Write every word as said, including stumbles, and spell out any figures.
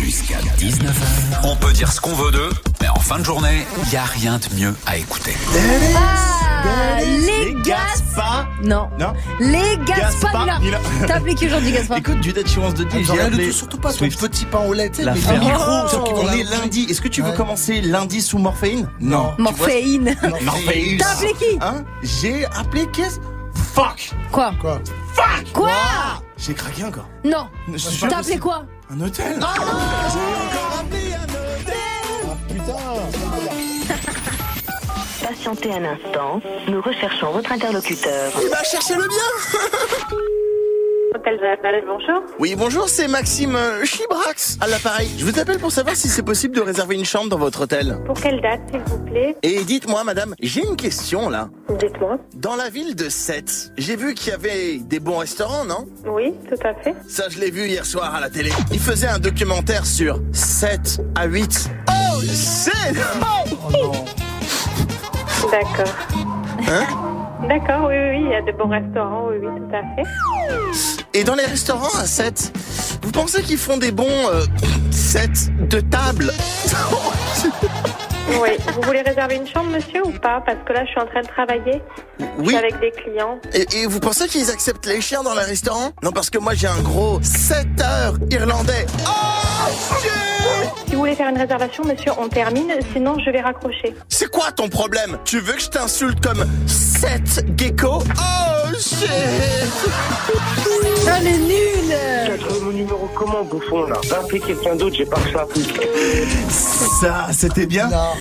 Jusqu'à dix-neuf heures. On peut dire ce qu'on veut d'eux, mais en fin de journée, il n'y a rien de mieux à écouter. Ah, les Gaspa. Non. Non. Les Gaspa. Gaspard, Nila. T'as appelé qui aujourd'hui, Gaspard? Écoute, du That She Wants de dire, j'ai Rien du appelé tout, surtout pas ton Swift. petit pain au lait, tu sais, La mais ferme. ton micro, Oh, ceux qui vont On est la- lundi. Est-ce que tu veux Ouais. commencer lundi sous morphine? Non. Tu vois- Morphéine. Morpheus. T'as appelé qui? Hein? J'ai appelé qu'est-ce? Fuck! Quoi? Quoi? Fuck! Quoi? J'ai craqué encore. Non. Je suis sûr T'as que appelé c'est quoi? Un hôtel? Ah, putain. Patientez un instant, nous recherchons votre interlocuteur. Il va chercher le bien! Hôtel de la Palette, bonjour. Oui, bonjour, c'est Maxime euh, Chibrax à l'appareil. Je vous appelle pour savoir si c'est possible de réserver une chambre dans votre hôtel. Pour quelle date, s'il vous plaît? Et dites-moi, madame, j'ai une question là. Dites-moi. Dans la ville de Sète, j'ai vu qu'il y avait des bons restaurants, non? Oui, tout à fait. Ça, je l'ai vu hier soir à la télé. Il faisait un documentaire sur sept à huit. Oh, c'est... Oh non. D'accord. Hein? D'accord, oui, oui, oui, il y a de bons restaurants, oui, oui, tout à fait. Et dans les restaurants à Sète, vous pensez qu'ils font des bons euh, sets de table? Oui, vous voulez réserver une chambre, monsieur, ou pas? Parce que là, je suis en train de travailler. Je Oui. suis avec des clients. Et, et vous pensez qu'ils acceptent les chiens dans les restaurants? Non, parce que moi j'ai un gros sept heures irlandais. Oh, shit! Si vous voulez faire une réservation, monsieur, on termine, sinon je vais raccrocher. C'est quoi ton problème? Tu veux que je t'insulte comme sept gecko? Oh, shit! Elle est nulle. T'as trouvé mon numéro comment, bouffon, là? Va appeler quelqu'un d'autre, j'ai pas que ça. Ça, c'était bien. Non.